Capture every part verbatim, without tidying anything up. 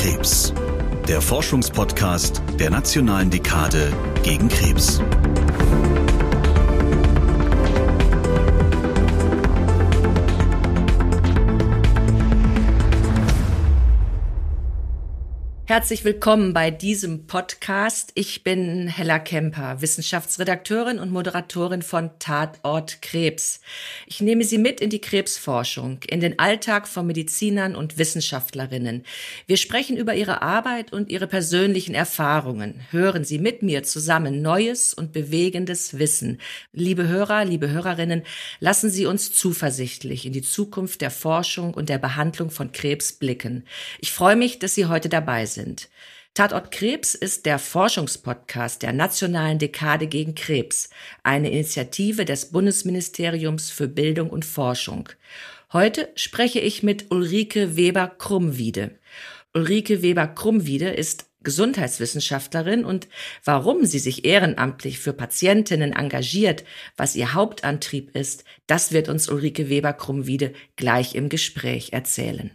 Krebs, der Forschungspodcast der Nationalen Dekade gegen Krebs. Herzlich willkommen bei diesem Podcast. Ich bin Hella Kemper, Wissenschaftsredakteurin und Moderatorin von Tatort Krebs. Ich nehme Sie mit in die Krebsforschung, in den Alltag von Medizinern und Wissenschaftlerinnen. Wir sprechen über ihre Arbeit und ihre persönlichen Erfahrungen. Hören Sie mit mir zusammen neues und bewegendes Wissen. Liebe Hörer, liebe Hörerinnen, lassen Sie uns zuversichtlich in die Zukunft der Forschung und der Behandlung von Krebs blicken. Ich freue mich, dass Sie heute dabei sind. Sind. Tatort Krebs ist der Forschungspodcast der Nationalen Dekade gegen Krebs, eine Initiative des Bundesministeriums für Bildung und Forschung. Heute spreche ich mit Ulrike Weber-Krummwiede. Ulrike Weber-Krummwiede ist Gesundheitswissenschaftlerin und warum sie sich ehrenamtlich für Patientinnen engagiert, was ihr Hauptantrieb ist, das wird uns Ulrike Weber-Krummwiede gleich im Gespräch erzählen.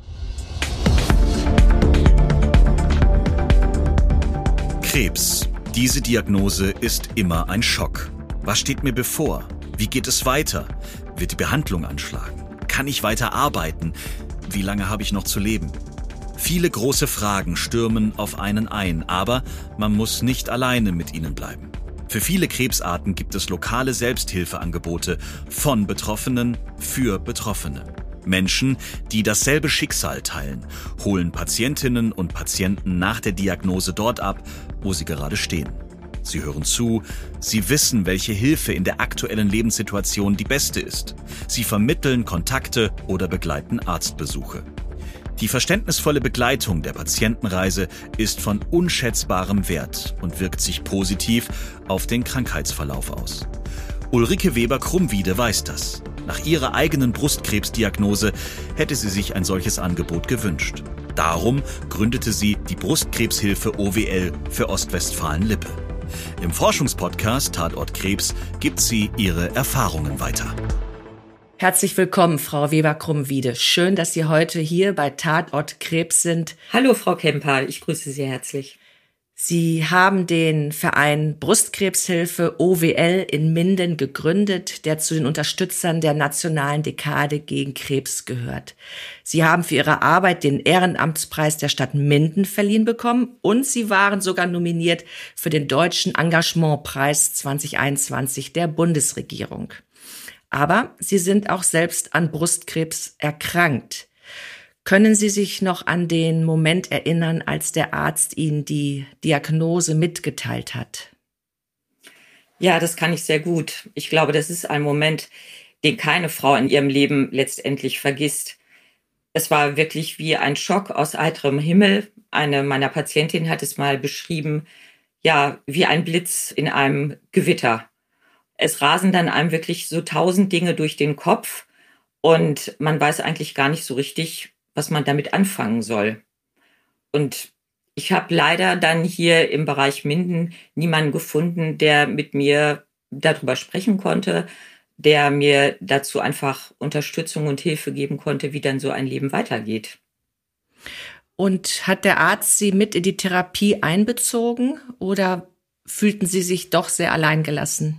Krebs. Diese Diagnose ist immer ein Schock. Was steht mir bevor? Wie geht es weiter? Wird die Behandlung anschlagen? Kann ich weiter arbeiten? Wie lange habe ich noch zu leben? Viele große Fragen stürmen auf einen ein, aber man muss nicht alleine mit ihnen bleiben. Für viele Krebsarten gibt es lokale Selbsthilfeangebote von Betroffenen für Betroffene. Menschen, die dasselbe Schicksal teilen, holen Patientinnen und Patienten nach der Diagnose dort ab, wo sie gerade stehen. Sie hören zu, sie wissen, welche Hilfe in der aktuellen Lebenssituation die beste ist. Sie vermitteln Kontakte oder begleiten Arztbesuche. Die verständnisvolle Begleitung der Patientenreise ist von unschätzbarem Wert und wirkt sich positiv auf den Krankheitsverlauf aus. Ulrike Weber-Krummwiede weiß das. Nach ihrer eigenen Brustkrebsdiagnose hätte sie sich ein solches Angebot gewünscht. Darum gründete sie die Brustkrebshilfe O W L für Ostwestfalen-Lippe. Im Forschungspodcast Tatort Krebs gibt sie ihre Erfahrungen weiter. Herzlich willkommen, Frau Weber-Krummwiede. Schön, dass Sie heute hier bei Tatort Krebs sind. Hallo, Frau Kemper. Ich grüße Sie herzlich. Sie haben den Verein Brustkrebshilfe O W L in Minden gegründet, der zu den Unterstützern der Nationalen Dekade gegen Krebs gehört. Sie haben für Ihre Arbeit den Ehrenamtspreis der Stadt Minden verliehen bekommen und Sie waren sogar nominiert für den Deutschen Engagementpreis zwanzig einundzwanzig der Bundesregierung. Aber Sie sind auch selbst an Brustkrebs erkrankt. Können Sie sich noch an den Moment erinnern, als der Arzt Ihnen die Diagnose mitgeteilt hat? Ja, das kann ich sehr gut. Ich glaube, das ist ein Moment, den keine Frau in ihrem Leben letztendlich vergisst. Es war wirklich wie ein Schock aus heiterem Himmel. Eine meiner Patientinnen hat es mal beschrieben, ja, wie ein Blitz in einem Gewitter. Es rasen dann einem wirklich so tausend Dinge durch den Kopf und man weiß eigentlich gar nicht so richtig, was man damit anfangen soll. Und ich habe leider dann hier im Bereich Minden niemanden gefunden, der mit mir darüber sprechen konnte, der mir dazu einfach Unterstützung und Hilfe geben konnte, wie dann so ein Leben weitergeht. Und hat der Arzt Sie mit in die Therapie einbezogen oder fühlten Sie sich doch sehr alleingelassen?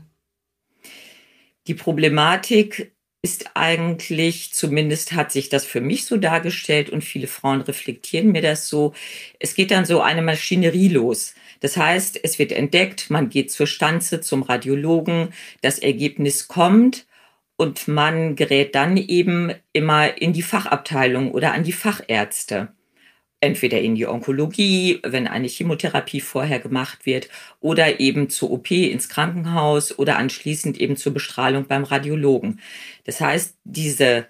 Die Problematik ist eigentlich, zumindest hat sich das für mich so dargestellt und viele Frauen reflektieren mir das so, es geht dann so eine Maschinerie los. Das heißt, es wird entdeckt, man geht zur Stanze, zum Radiologen, das Ergebnis kommt und man gerät dann eben immer in die Fachabteilung oder an die Fachärzte. Entweder in die Onkologie, wenn eine Chemotherapie vorher gemacht wird, oder eben zur O P ins Krankenhaus oder anschließend eben zur Bestrahlung beim Radiologen. Das heißt, diese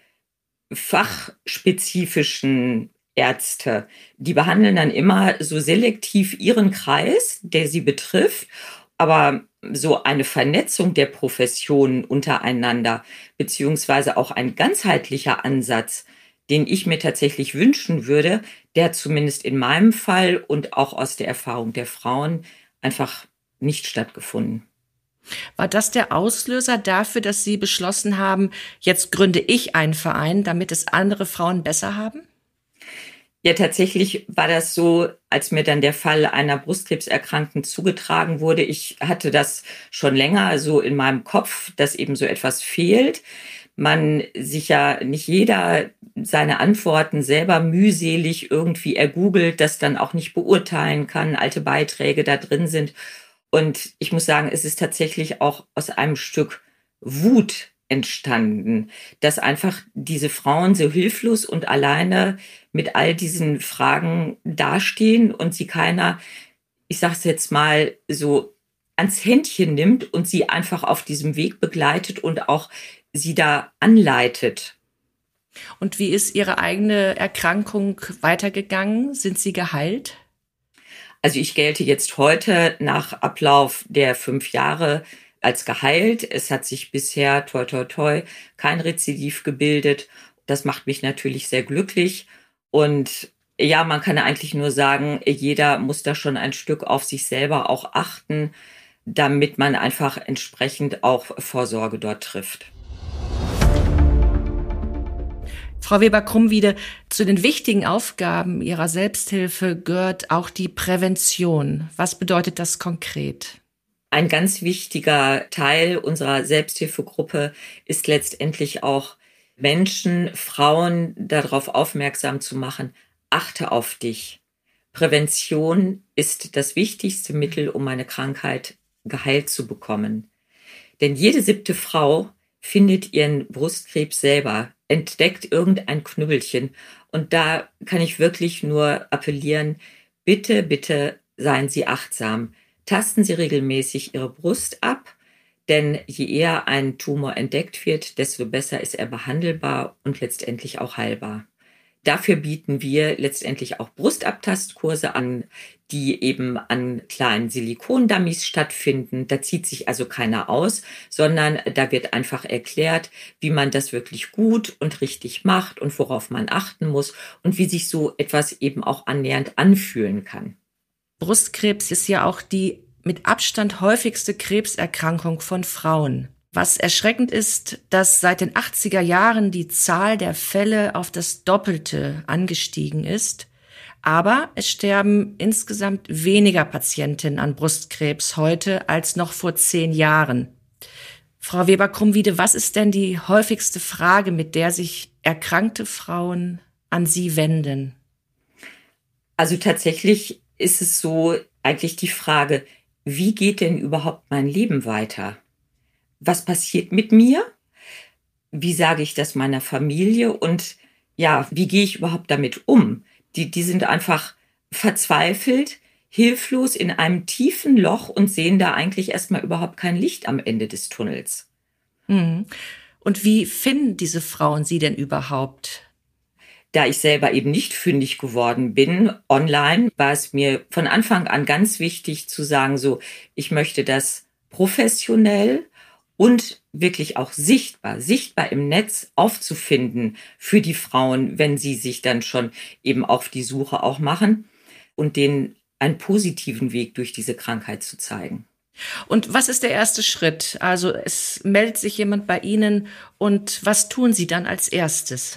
fachspezifischen Ärzte, die behandeln dann immer so selektiv ihren Kreis, der sie betrifft, aber so eine Vernetzung der Professionen untereinander, beziehungsweise auch ein ganzheitlicher Ansatz, den ich mir tatsächlich wünschen würde, der hat zumindest in meinem Fall und auch aus der Erfahrung der Frauen einfach nicht stattgefunden. War das der Auslöser dafür, dass Sie beschlossen haben, jetzt gründe ich einen Verein, damit es andere Frauen besser haben? Ja, tatsächlich war das so, als mir dann der Fall einer Brustkrebserkrankten zugetragen wurde. Ich hatte das schon länger so in meinem Kopf, dass eben so etwas fehlt. Man sich ja nicht jeder seine Antworten selber mühselig irgendwie ergoogelt, das dann auch nicht beurteilen kann, alte Beiträge da drin sind. Und ich muss sagen, es ist tatsächlich auch aus einem Stück Wut entstanden, dass einfach diese Frauen so hilflos und alleine mit all diesen Fragen dastehen und sie keiner, ich sage es jetzt mal so, ans Händchen nimmt und sie einfach auf diesem Weg begleitet und auch sie da anleitet. Und wie ist Ihre eigene Erkrankung weitergegangen? Sind Sie geheilt? Also ich gelte jetzt heute nach Ablauf der fünf Jahre als geheilt. Es hat sich bisher, toi toi toi, kein Rezidiv gebildet. Das macht mich natürlich sehr glücklich. Und ja, man kann eigentlich nur sagen, jeder muss da schon ein Stück auf sich selber auch achten, damit man einfach entsprechend auch Vorsorge dort trifft. Frau Weber-Krummwiede, zu den wichtigen Aufgaben Ihrer Selbsthilfe gehört auch die Prävention. Was bedeutet das konkret? Ein ganz wichtiger Teil unserer Selbsthilfegruppe ist letztendlich auch Menschen, Frauen darauf aufmerksam zu machen, achte auf dich. Prävention ist das wichtigste Mittel, um eine Krankheit geheilt zu bekommen. Denn jede siebte Frau findet ihren Brustkrebs selber, entdeckt irgendein Knüppelchen. Und da kann ich wirklich nur appellieren, bitte, bitte seien Sie achtsam. Tasten Sie regelmäßig Ihre Brust ab, denn je eher ein Tumor entdeckt wird, desto besser ist er behandelbar und letztendlich auch heilbar. Dafür bieten wir letztendlich auch Brustabtastkurse an, die eben an kleinen Silikondummies stattfinden. Da zieht sich also keiner aus, sondern da wird einfach erklärt, wie man das wirklich gut und richtig macht und worauf man achten muss und wie sich so etwas eben auch annähernd anfühlen kann. Brustkrebs ist ja auch die mit Abstand häufigste Krebserkrankung von Frauen. Was erschreckend ist, dass seit den achtziger Jahren die Zahl der Fälle auf das Doppelte angestiegen ist. Aber es sterben insgesamt weniger Patientinnen an Brustkrebs heute als noch vor zehn Jahren. Frau Weber-Krummwiede, was ist denn die häufigste Frage, mit der sich erkrankte Frauen an Sie wenden? Also tatsächlich ist es so eigentlich die Frage, wie geht denn überhaupt mein Leben weiter? Was passiert mit mir? Wie sage ich das meiner Familie? Und ja, wie gehe ich überhaupt damit um? Die, die sind einfach verzweifelt, hilflos in einem tiefen Loch und sehen da eigentlich erstmal überhaupt kein Licht am Ende des Tunnels. Mhm. Und wie finden diese Frauen Sie denn überhaupt? Da ich selber eben nicht fündig geworden bin online, war es mir von Anfang an ganz wichtig zu sagen, so, ich möchte das professionell und wirklich auch sichtbar, sichtbar im Netz aufzufinden für die Frauen, wenn sie sich dann schon eben auf die Suche auch machen und denen einen positiven Weg durch diese Krankheit zu zeigen. Und was ist der erste Schritt? Also es meldet sich jemand bei Ihnen und was tun Sie dann als erstes?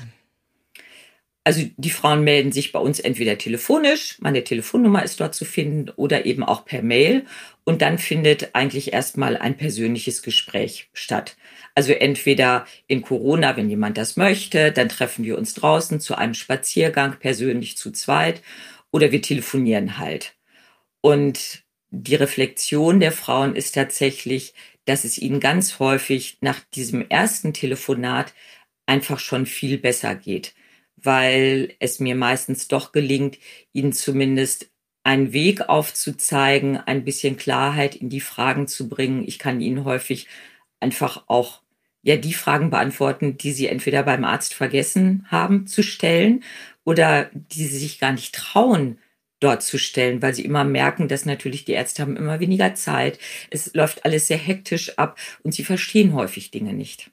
Also die Frauen melden sich bei uns entweder telefonisch, meine Telefonnummer ist dort zu finden, oder eben auch per Mail. Und dann findet eigentlich erstmal ein persönliches Gespräch statt. Also entweder in Corona, wenn jemand das möchte, dann treffen wir uns draußen zu einem Spaziergang, persönlich zu zweit, oder wir telefonieren halt. Und die Reflexion der Frauen ist tatsächlich, dass es ihnen ganz häufig nach diesem ersten Telefonat einfach schon viel besser geht, weil es mir meistens doch gelingt, ihnen zumindest einen Weg aufzuzeigen, ein bisschen Klarheit in die Fragen zu bringen. Ich kann ihnen häufig einfach auch ja die Fragen beantworten, die sie entweder beim Arzt vergessen haben zu stellen oder die sie sich gar nicht trauen, dort zu stellen, weil sie immer merken, dass natürlich die Ärzte haben immer weniger Zeit. Es läuft alles sehr hektisch ab und sie verstehen häufig Dinge nicht.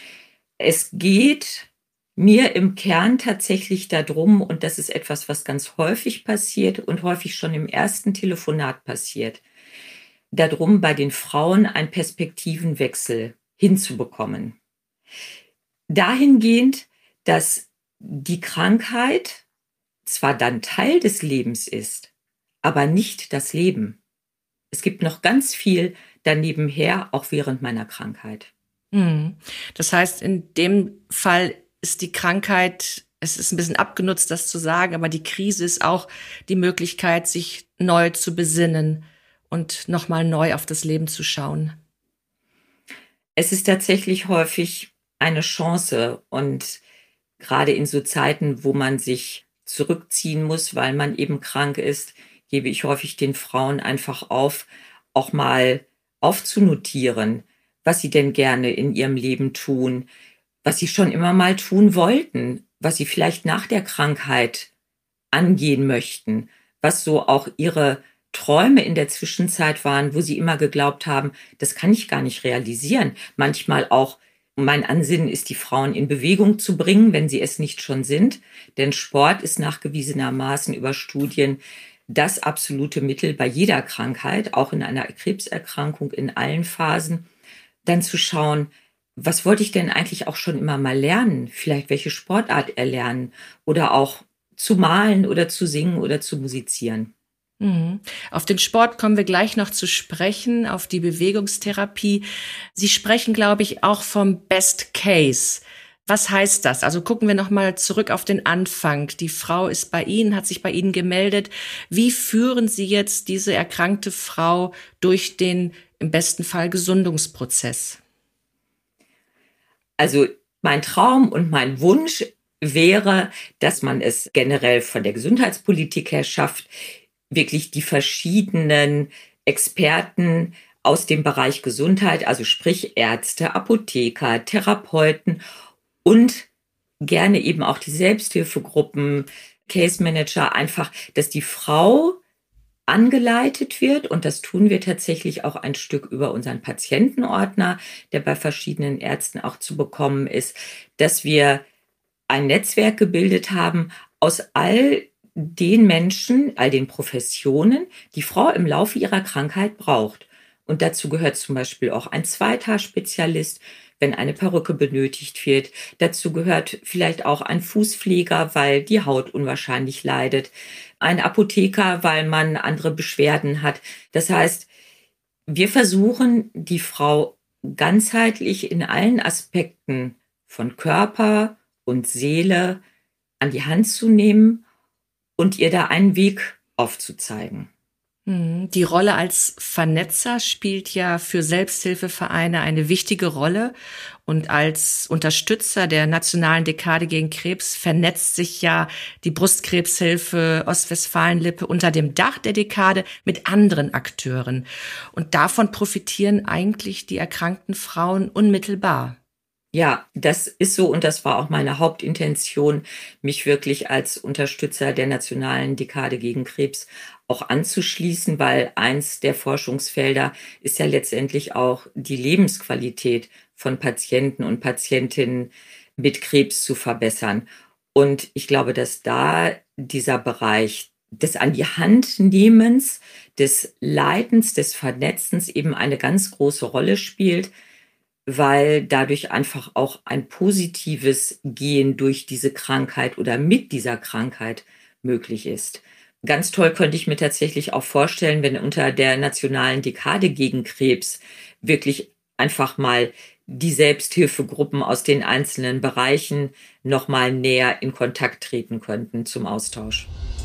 Es geht mir im Kern tatsächlich darum, und das ist etwas, was ganz häufig passiert und häufig schon im ersten Telefonat passiert, darum, bei den Frauen einen Perspektivenwechsel hinzubekommen. Dahingehend, dass die Krankheit zwar dann Teil des Lebens ist, aber nicht das Leben. Es gibt noch ganz viel daneben her, auch während meiner Krankheit. Mhm. Das heißt, in dem Fall ist die Krankheit, es ist ein bisschen abgenutzt, das zu sagen, aber die Krise ist auch die Möglichkeit, sich neu zu besinnen und nochmal neu auf das Leben zu schauen. Es ist tatsächlich häufig eine Chance und gerade in so Zeiten, wo man sich zurückziehen muss, weil man eben krank ist, gebe ich häufig den Frauen einfach auf, auch mal aufzunotieren, was sie denn gerne in ihrem Leben tun, was sie schon immer mal tun wollten, was sie vielleicht nach der Krankheit angehen möchten, was so auch ihre Träume in der Zwischenzeit waren, wo sie immer geglaubt haben, das kann ich gar nicht realisieren. Manchmal auch, mein Ansinnen ist, die Frauen in Bewegung zu bringen, wenn sie es nicht schon sind. Denn Sport ist nachgewiesenermaßen über Studien das absolute Mittel bei jeder Krankheit, auch in einer Krebserkrankung in allen Phasen. Dann zu schauen, was wollte ich denn eigentlich auch schon immer mal lernen? Vielleicht welche Sportart erlernen oder auch zu malen oder zu singen oder zu musizieren. Mhm. Auf den Sport kommen wir gleich noch zu sprechen, auf die Bewegungstherapie. Sie sprechen, glaube ich, auch vom Best Case. Was heißt das? Also gucken wir noch mal zurück auf den Anfang. Die Frau ist bei Ihnen, hat sich bei Ihnen gemeldet. Wie führen Sie jetzt diese erkrankte Frau durch den im besten Fall Gesundungsprozess? Also mein Traum und mein Wunsch wäre, dass man es generell von der Gesundheitspolitik her schafft, wirklich die verschiedenen Experten aus dem Bereich Gesundheit, also sprich Ärzte, Apotheker, Therapeuten und gerne eben auch die Selbsthilfegruppen, Case Manager, einfach, dass die Frau angeleitet wird, und das tun wir tatsächlich auch ein Stück über unseren Patientenordner, der bei verschiedenen Ärzten auch zu bekommen ist, dass wir ein Netzwerk gebildet haben aus all den Menschen, all den Professionen, die Frau im Laufe ihrer Krankheit braucht. Und dazu gehört zum Beispiel auch ein Zweithaarspezialist, wenn eine Perücke benötigt wird. Dazu gehört vielleicht auch ein Fußpfleger, weil die Haut unwahrscheinlich leidet. Ein Apotheker, weil man andere Beschwerden hat. Das heißt, wir versuchen, die Frau ganzheitlich in allen Aspekten von Körper und Seele an die Hand zu nehmen und ihr da einen Weg aufzuzeigen. Die Rolle als Vernetzer spielt ja für Selbsthilfevereine eine wichtige Rolle. Und als Unterstützer der nationalen Dekade gegen Krebs vernetzt sich ja die Brustkrebshilfe Ostwestfalen-Lippe unter dem Dach der Dekade mit anderen Akteuren. Und davon profitieren eigentlich die erkrankten Frauen unmittelbar. Ja, das ist so, und das war auch meine Hauptintention, mich wirklich als Unterstützer der nationalen Dekade gegen Krebs auch anzuschließen, weil eins der Forschungsfelder ist ja letztendlich auch die Lebensqualität von Patienten und Patientinnen mit Krebs zu verbessern. Und ich glaube, dass da dieser Bereich des An die Hand nehmens, des Leitens, des Vernetzens eben eine ganz große Rolle spielt, weil dadurch einfach auch ein positives Gehen durch diese Krankheit oder mit dieser Krankheit möglich ist. Ganz toll könnte ich mir tatsächlich auch vorstellen, wenn unter der nationalen Dekade gegen Krebs wirklich einfach mal die Selbsthilfegruppen aus den einzelnen Bereichen noch mal näher in Kontakt treten könnten zum Austausch.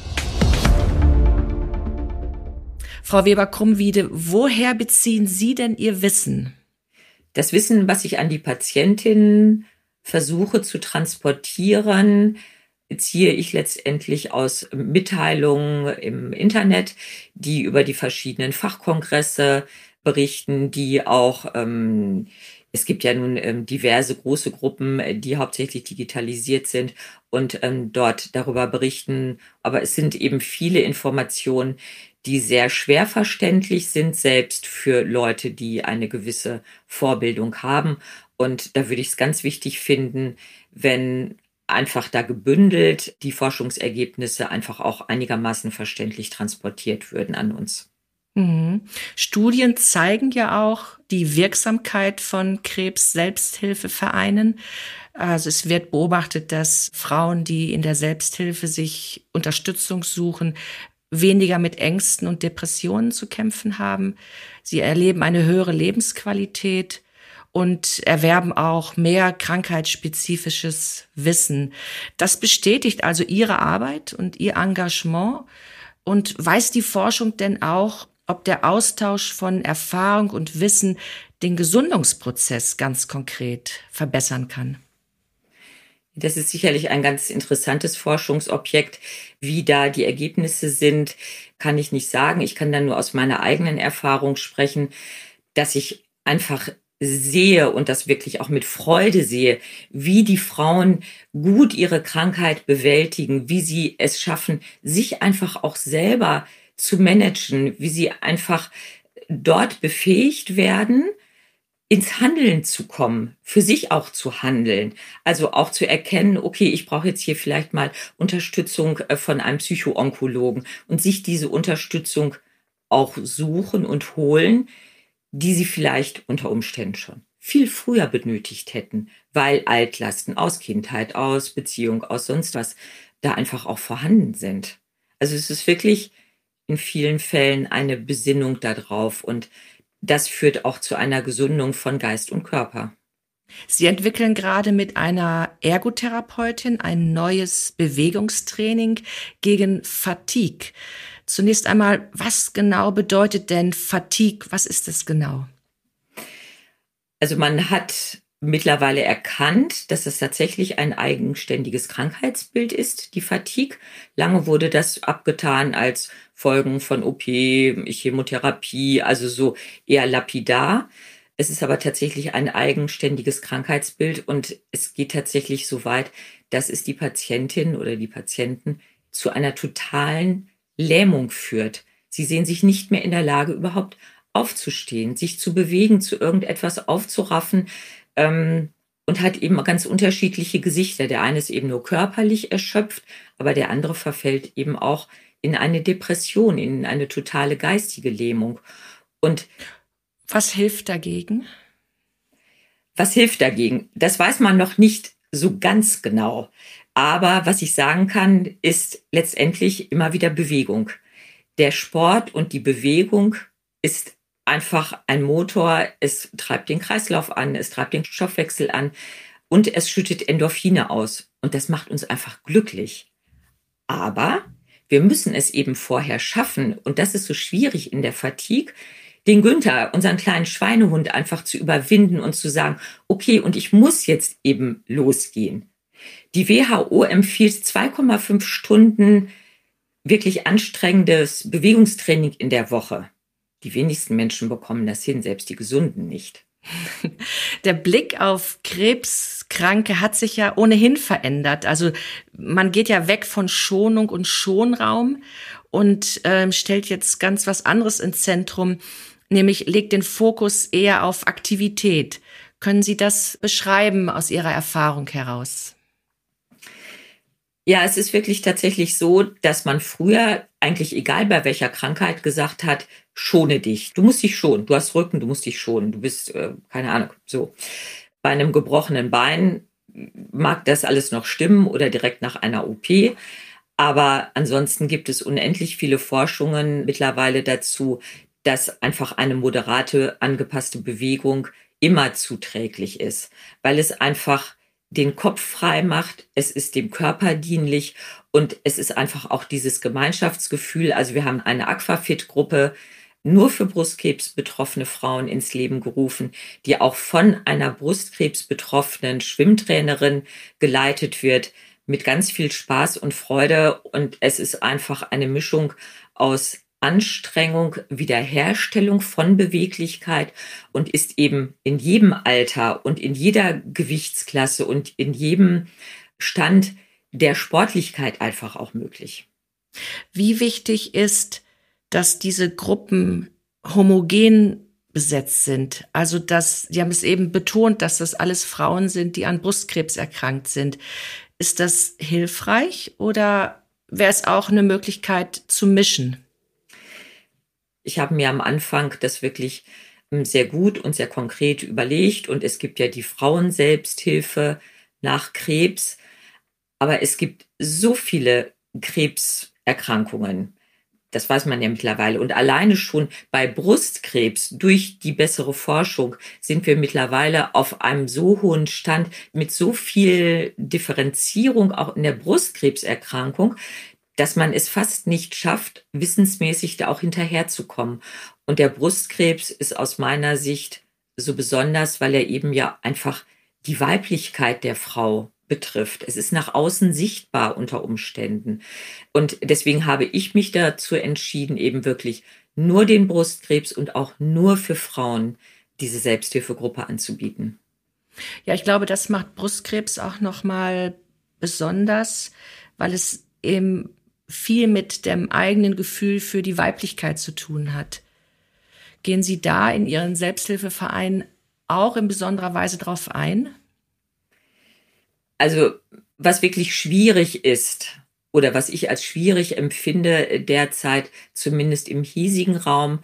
Frau Weber-Krummwiede, woher beziehen Sie denn Ihr Wissen? Das Wissen, was ich an die Patientinnen versuche zu transportieren, ziehe ich letztendlich aus Mitteilungen im Internet, die über die verschiedenen Fachkongresse berichten, die auch, ähm, es gibt ja nun ähm, diverse große Gruppen, die hauptsächlich digitalisiert sind und ähm, dort darüber berichten. Aber es sind eben viele Informationen, die sehr schwer verständlich sind, selbst für Leute, die eine gewisse Vorbildung haben. Und da würde ich es ganz wichtig finden, wenn einfach da gebündelt die Forschungsergebnisse einfach auch einigermaßen verständlich transportiert würden an uns. Mhm. Studien zeigen ja auch die Wirksamkeit von Krebs-Selbsthilfevereinen. Also es wird beobachtet, dass Frauen, die in der Selbsthilfe sich Unterstützung suchen, weniger mit Ängsten und Depressionen zu kämpfen haben. Sie erleben eine höhere Lebensqualität und erwerben auch mehr krankheitsspezifisches Wissen. Das bestätigt also Ihre Arbeit und Ihr Engagement. Und weiß die Forschung denn auch, ob der Austausch von Erfahrung und Wissen den Gesundungsprozess ganz konkret verbessern kann? Das ist sicherlich ein ganz interessantes Forschungsobjekt. Wie da die Ergebnisse sind, kann ich nicht sagen. Ich kann dann nur aus meiner eigenen Erfahrung sprechen, dass ich einfach sehe und das wirklich auch mit Freude sehe, wie die Frauen gut ihre Krankheit bewältigen, wie sie es schaffen, sich einfach auch selber zu managen, wie sie einfach dort befähigt werden, ins Handeln zu kommen, für sich auch zu handeln. Also auch zu erkennen, okay, ich brauche jetzt hier vielleicht mal Unterstützung von einem Psychoonkologen und sich diese Unterstützung auch suchen und holen, die sie vielleicht unter Umständen schon viel früher benötigt hätten, weil Altlasten aus Kindheit, aus Beziehung, aus sonst was da einfach auch vorhanden sind. Also es ist wirklich in vielen Fällen eine Besinnung darauf und das führt auch zu einer Gesundung von Geist und Körper. Sie entwickeln gerade mit einer Ergotherapeutin ein neues Bewegungstraining gegen Fatigue. Zunächst einmal, was genau bedeutet denn Fatigue? Was ist es genau? Also man hat mittlerweile erkannt, dass es tatsächlich ein eigenständiges Krankheitsbild ist, die Fatigue. Lange wurde das abgetan als Folgen von O P, Chemotherapie, also so eher lapidar. Es ist aber tatsächlich ein eigenständiges Krankheitsbild und es geht tatsächlich so weit, dass es die Patientin oder die Patienten zu einer totalen Lähmung führt. Sie sehen sich nicht mehr in der Lage, überhaupt aufzustehen, sich zu bewegen, zu irgendetwas aufzuraffen, ähm, und hat eben ganz unterschiedliche Gesichter. Der eine ist eben nur körperlich erschöpft, aber der andere verfällt eben auch in eine Depression, in eine totale geistige Lähmung. Und was hilft dagegen? Was hilft dagegen? Das weiß man noch nicht so ganz genau. Aber was ich sagen kann, ist letztendlich immer wieder Bewegung. Der Sport und die Bewegung ist einfach ein Motor. Es treibt den Kreislauf an, es treibt den Stoffwechsel an und es schüttet Endorphine aus. Und das macht uns einfach glücklich. Aber wir müssen es eben vorher schaffen. Und das ist so schwierig in der Fatigue, den Günther, unseren kleinen Schweinehund, einfach zu überwinden und zu sagen, okay, und ich muss jetzt eben losgehen. Die W H O empfiehlt zwei Komma fünf Stunden wirklich anstrengendes Bewegungstraining in der Woche. Die wenigsten Menschen bekommen das hin, selbst die Gesunden nicht. Der Blick auf Krebskranke hat sich ja ohnehin verändert. Also man geht ja weg von Schonung und Schonraum und äh, stellt jetzt ganz was anderes ins Zentrum, nämlich legt den Fokus eher auf Aktivität. Können Sie das beschreiben aus Ihrer Erfahrung heraus? Ja, es ist wirklich tatsächlich so, dass man früher eigentlich egal bei welcher Krankheit gesagt hat, schone dich. Du musst dich schonen. Du hast Rücken, du musst dich schonen. Du bist, äh, keine Ahnung, so. Bei einem gebrochenen Bein mag das alles noch stimmen oder direkt nach einer O P. Aber ansonsten gibt es unendlich viele Forschungen mittlerweile dazu, dass einfach eine moderate, angepasste Bewegung immer zuträglich ist, weil es einfach den Kopf frei macht, es ist dem Körper dienlich und es ist einfach auch dieses Gemeinschaftsgefühl. Also wir haben eine Aquafit-Gruppe nur für Brustkrebs betroffene Frauen ins Leben gerufen, die auch von einer Brustkrebs betroffenen Schwimmtrainerin geleitet wird, mit ganz viel Spaß und Freude. Und es ist einfach eine Mischung aus Anstrengung, Wiederherstellung von Beweglichkeit und ist eben in jedem Alter und in jeder Gewichtsklasse und in jedem Stand der Sportlichkeit einfach auch möglich. Wie wichtig ist, dass diese Gruppen homogen besetzt sind? Also dass, Sie haben es eben betont, dass das alles Frauen sind, die an Brustkrebs erkrankt sind. Ist das hilfreich oder wäre es auch eine Möglichkeit zu mischen? Ich habe mir am Anfang das wirklich sehr gut und sehr konkret überlegt und es gibt ja die Frauenselbsthilfe nach Krebs. Aber es gibt so viele Krebserkrankungen. Das weiß man ja mittlerweile. Und alleine schon bei Brustkrebs durch die bessere Forschung sind wir mittlerweile auf einem so hohen Stand mit so viel Differenzierung auch in der Brustkrebserkrankung, dass man es fast nicht schafft, wissensmäßig da auch hinterherzukommen. Und der Brustkrebs ist aus meiner Sicht so besonders, weil er eben ja einfach die Weiblichkeit der Frau betrifft. Es ist nach außen sichtbar unter Umständen. Und deswegen habe ich mich dazu entschieden, eben wirklich nur den Brustkrebs und auch nur für Frauen diese Selbsthilfegruppe anzubieten. Ja, ich glaube, das macht Brustkrebs auch nochmal besonders, weil es eben viel mit dem eigenen Gefühl für die Weiblichkeit zu tun hat. Gehen Sie da in Ihren Selbsthilfeverein auch in besonderer Weise drauf ein? Also, was wirklich schwierig ist oder was ich als schwierig empfinde derzeit, zumindest im hiesigen Raum,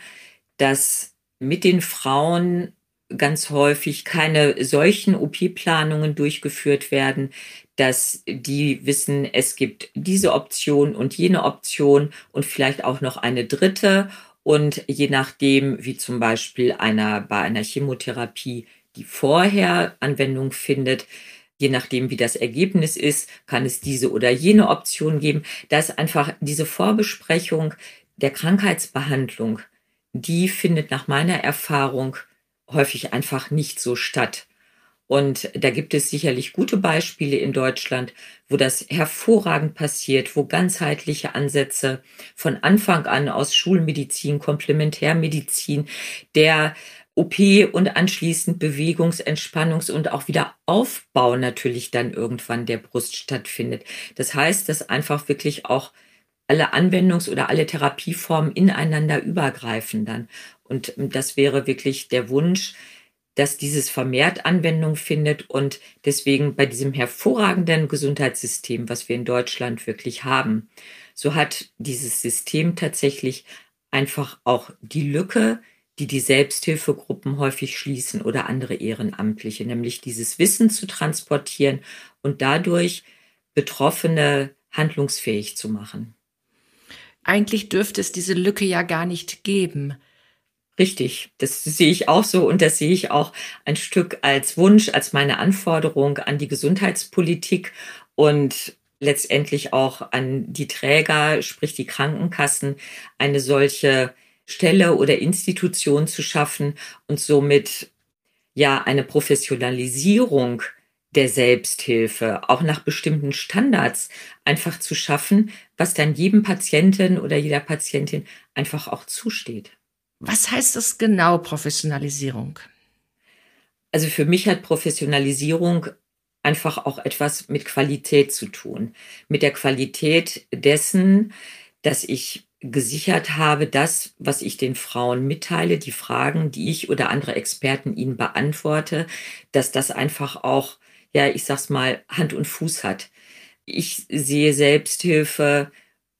dass mit den Frauen ganz häufig keine solchen O P-Planungen durchgeführt werden, dass die wissen, es gibt diese Option und jene Option und vielleicht auch noch eine dritte. Und je nachdem, wie zum Beispiel einer bei einer Chemotherapie, die vorher Anwendung findet, je nachdem, wie das Ergebnis ist, kann es diese oder jene Option geben. Da ist einfach diese Vorbesprechung der Krankheitsbehandlung, die findet nach meiner Erfahrung häufig einfach nicht so statt. Und da gibt es sicherlich gute Beispiele in Deutschland, wo das hervorragend passiert, wo ganzheitliche Ansätze von Anfang an aus Schulmedizin, Komplementärmedizin, der O P und anschließend Bewegungs-, Entspannungs- und auch wieder Aufbau natürlich dann irgendwann der Brust stattfindet. Das heißt, dass einfach wirklich auch alle Anwendungs- oder alle Therapieformen ineinander übergreifen dann. Und das wäre wirklich der Wunsch, dass dieses vermehrt Anwendung findet und deswegen bei diesem hervorragenden Gesundheitssystem, was wir in Deutschland wirklich haben, so hat dieses System tatsächlich einfach auch die Lücke, die die Selbsthilfegruppen häufig schließen oder andere Ehrenamtliche, nämlich dieses Wissen zu transportieren und dadurch Betroffene handlungsfähig zu machen. Eigentlich dürfte es diese Lücke ja gar nicht geben. Richtig, das sehe ich auch so und das sehe ich auch ein Stück als Wunsch, als meine Anforderung an die Gesundheitspolitik und letztendlich auch an die Träger, sprich die Krankenkassen, eine solche Stelle oder Institution zu schaffen und somit ja eine Professionalisierung der Selbsthilfe, auch nach bestimmten Standards einfach zu schaffen, was dann jedem Patienten oder jeder Patientin einfach auch zusteht. Was heißt das genau, Professionalisierung? Also für mich hat Professionalisierung einfach auch etwas mit Qualität zu tun. Mit der Qualität dessen, dass ich gesichert habe, das, was ich den Frauen mitteile, die Fragen, die ich oder andere Experten ihnen beantworte, dass das einfach auch, ja, ich sag's mal, Hand und Fuß hat. Ich sehe Selbsthilfe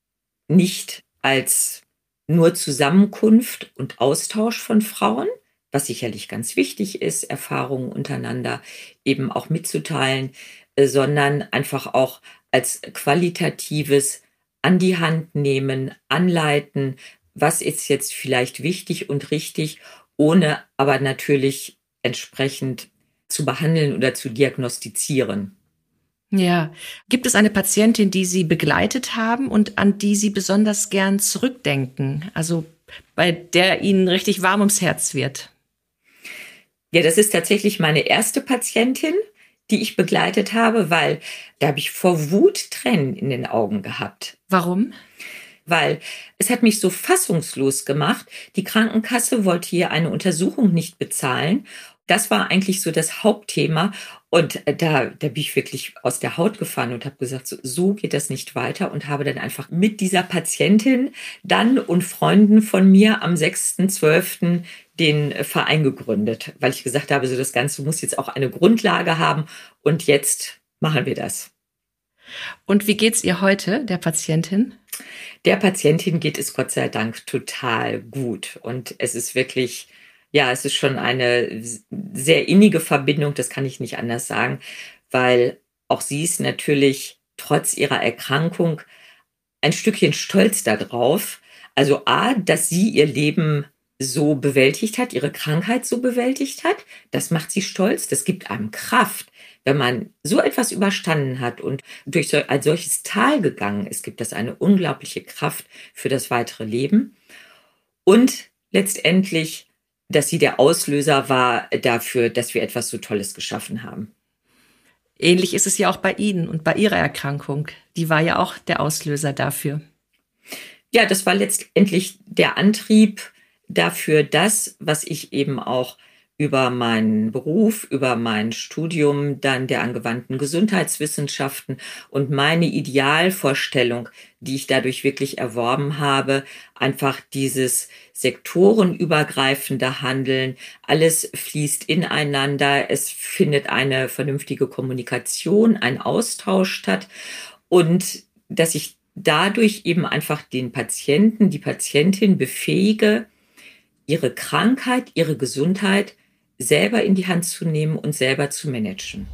nicht als nur Zusammenkunft und Austausch von Frauen, was sicherlich ganz wichtig ist, Erfahrungen untereinander eben auch mitzuteilen, sondern einfach auch als qualitatives an die Hand nehmen, anleiten, was ist jetzt vielleicht wichtig und richtig, ohne aber natürlich entsprechend zu behandeln oder zu diagnostizieren. Ja. Gibt es eine Patientin, die Sie begleitet haben und an die Sie besonders gern zurückdenken? Also bei der Ihnen richtig warm ums Herz wird? Ja, das ist tatsächlich meine erste Patientin, die ich begleitet habe, weil da habe ich vor Wut Tränen in den Augen gehabt. Warum? Weil es hat mich so fassungslos gemacht. Die Krankenkasse wollte hier eine Untersuchung nicht bezahlen. Das war eigentlich so das Hauptthema. Und da, da bin ich wirklich aus der Haut gefahren und habe gesagt, so, so geht das nicht weiter und habe dann einfach mit dieser Patientin dann und Freunden von mir am sechsten zwölften den Verein gegründet, weil ich gesagt habe, so das Ganze muss jetzt auch eine Grundlage haben und jetzt machen wir das. Und wie geht's ihr heute, der Patientin? Der Patientin geht es Gott sei Dank total gut und es ist wirklich, ja, es ist schon eine sehr innige Verbindung, das kann ich nicht anders sagen, weil auch sie ist natürlich trotz ihrer Erkrankung ein Stückchen stolz darauf. Also A, dass sie ihr Leben so bewältigt hat, ihre Krankheit so bewältigt hat. Das macht sie stolz, das gibt einem Kraft. Wenn man so etwas überstanden hat und durch so ein solches Tal gegangen ist, gibt das eine unglaubliche Kraft für das weitere Leben. Und letztendlich, dass sie der Auslöser war dafür, dass wir etwas so Tolles geschaffen haben. Ähnlich ist es ja auch bei Ihnen und bei Ihrer Erkrankung. Die war ja auch der Auslöser dafür. Ja, das war letztendlich der Antrieb dafür, das, was ich eben auch über meinen Beruf, über mein Studium dann der angewandten Gesundheitswissenschaften und meine Idealvorstellung, die ich dadurch wirklich erworben habe, einfach dieses sektorenübergreifende Handeln, alles fließt ineinander, es findet eine vernünftige Kommunikation, ein Austausch statt und dass ich dadurch eben einfach den Patienten, die Patientin befähige, ihre Krankheit, ihre Gesundheit selber in die Hand zu nehmen und selber zu managen.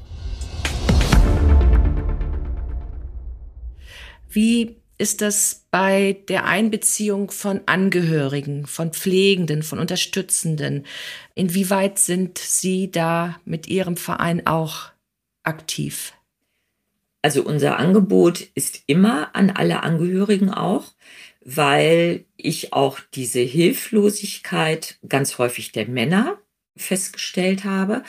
Wie ist das bei der Einbeziehung von Angehörigen, von Pflegenden, von Unterstützenden? Inwieweit sind Sie da mit Ihrem Verein auch aktiv? Also unser Angebot ist immer an alle Angehörigen auch, weil ich auch diese Hilflosigkeit ganz häufig der Männer festgestellt habe.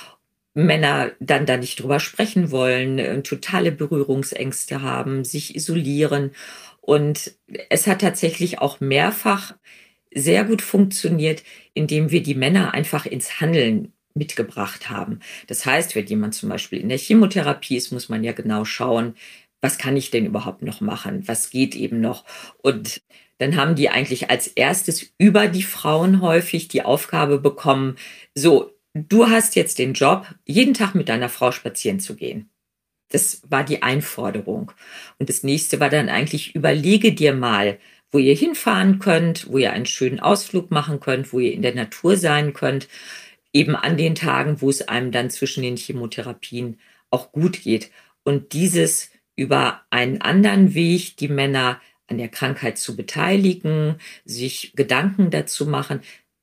Männer dann da nicht drüber sprechen wollen, totale Berührungsängste haben, sich isolieren. Und es hat tatsächlich auch mehrfach sehr gut funktioniert, indem wir die Männer einfach ins Handeln mitgebracht haben. Das heißt, wenn jemand zum Beispiel in der Chemotherapie ist, muss man ja genau schauen, was kann ich denn überhaupt noch machen? Was geht eben noch? Und dann haben die eigentlich als erstes über die Frauen häufig die Aufgabe bekommen, so, du hast jetzt den Job, jeden Tag mit deiner Frau spazieren zu gehen. Das war die Einforderung. Und das nächste war dann eigentlich, überlege dir mal, wo ihr hinfahren könnt, wo ihr einen schönen Ausflug machen könnt, wo ihr in der Natur sein könnt, eben an den Tagen, wo es einem dann zwischen den Chemotherapien auch gut geht. Und dieses über einen anderen Weg, die Männer an der Krankheit zu beteiligen, sich Gedanken dazu machen,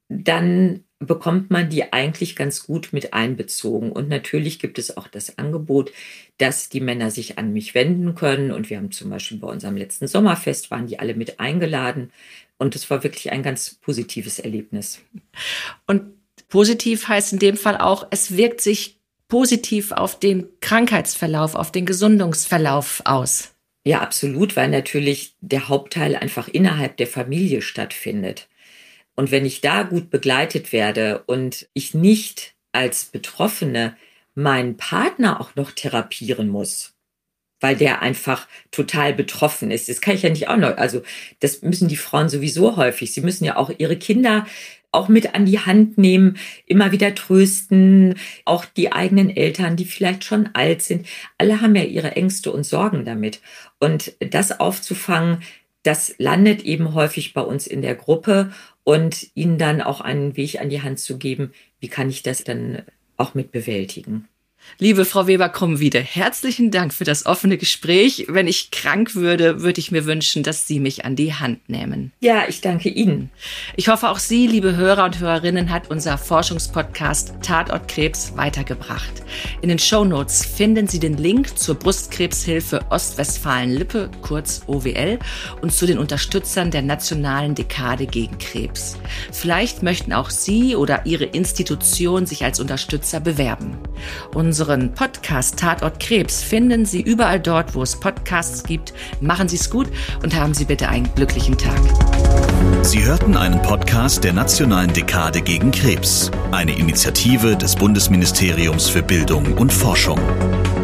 dann bekommt man die eigentlich ganz gut mit einbezogen. Und natürlich gibt es auch das Angebot, dass die Männer sich an mich wenden können. Und wir haben zum Beispiel bei unserem letzten Sommerfest, waren die alle mit eingeladen. Und es war wirklich ein ganz positives Erlebnis. Und positiv heißt in dem Fall auch, es wirkt sich positiv auf den Krankheitsverlauf, auf den Gesundungsverlauf aus. Ja, absolut, weil natürlich der Hauptteil einfach innerhalb der Familie stattfindet. Und wenn ich da gut begleitet werde und ich nicht als Betroffene meinen Partner auch noch therapieren muss, weil der einfach total betroffen ist. Das kann ich ja nicht auch noch, also das müssen die Frauen sowieso häufig. Sie müssen ja auch ihre Kinder auch mit an die Hand nehmen, immer wieder trösten, auch die eigenen Eltern, die vielleicht schon alt sind. Alle haben ja ihre Ängste und Sorgen damit. Und das aufzufangen, das landet eben häufig bei uns in der Gruppe und ihnen dann auch einen Weg an die Hand zu geben, wie kann ich das dann auch mit bewältigen. Liebe Frau Weber-Krummwiede, herzlichen Dank für das offene Gespräch. Wenn ich krank würde, würde ich mir wünschen, dass Sie mich an die Hand nehmen. Ja, ich danke Ihnen. Ich hoffe, auch Sie, liebe Hörer und Hörerinnen, hat unser Forschungspodcast Tatort Krebs weitergebracht. In den Shownotes finden Sie den Link zur Brustkrebshilfe Ostwestfalen-Lippe, kurz O W L, und zu den Unterstützern der nationalen Dekade gegen Krebs. Vielleicht möchten auch Sie oder Ihre Institution sich als Unterstützer bewerben. Unseren Podcast Tatort Krebs finden Sie überall dort, wo es Podcasts gibt. Machen Sie es gut und haben Sie bitte einen glücklichen Tag. Sie hörten einen Podcast der Nationalen Dekade gegen Krebs, eine Initiative des Bundesministeriums für Bildung und Forschung.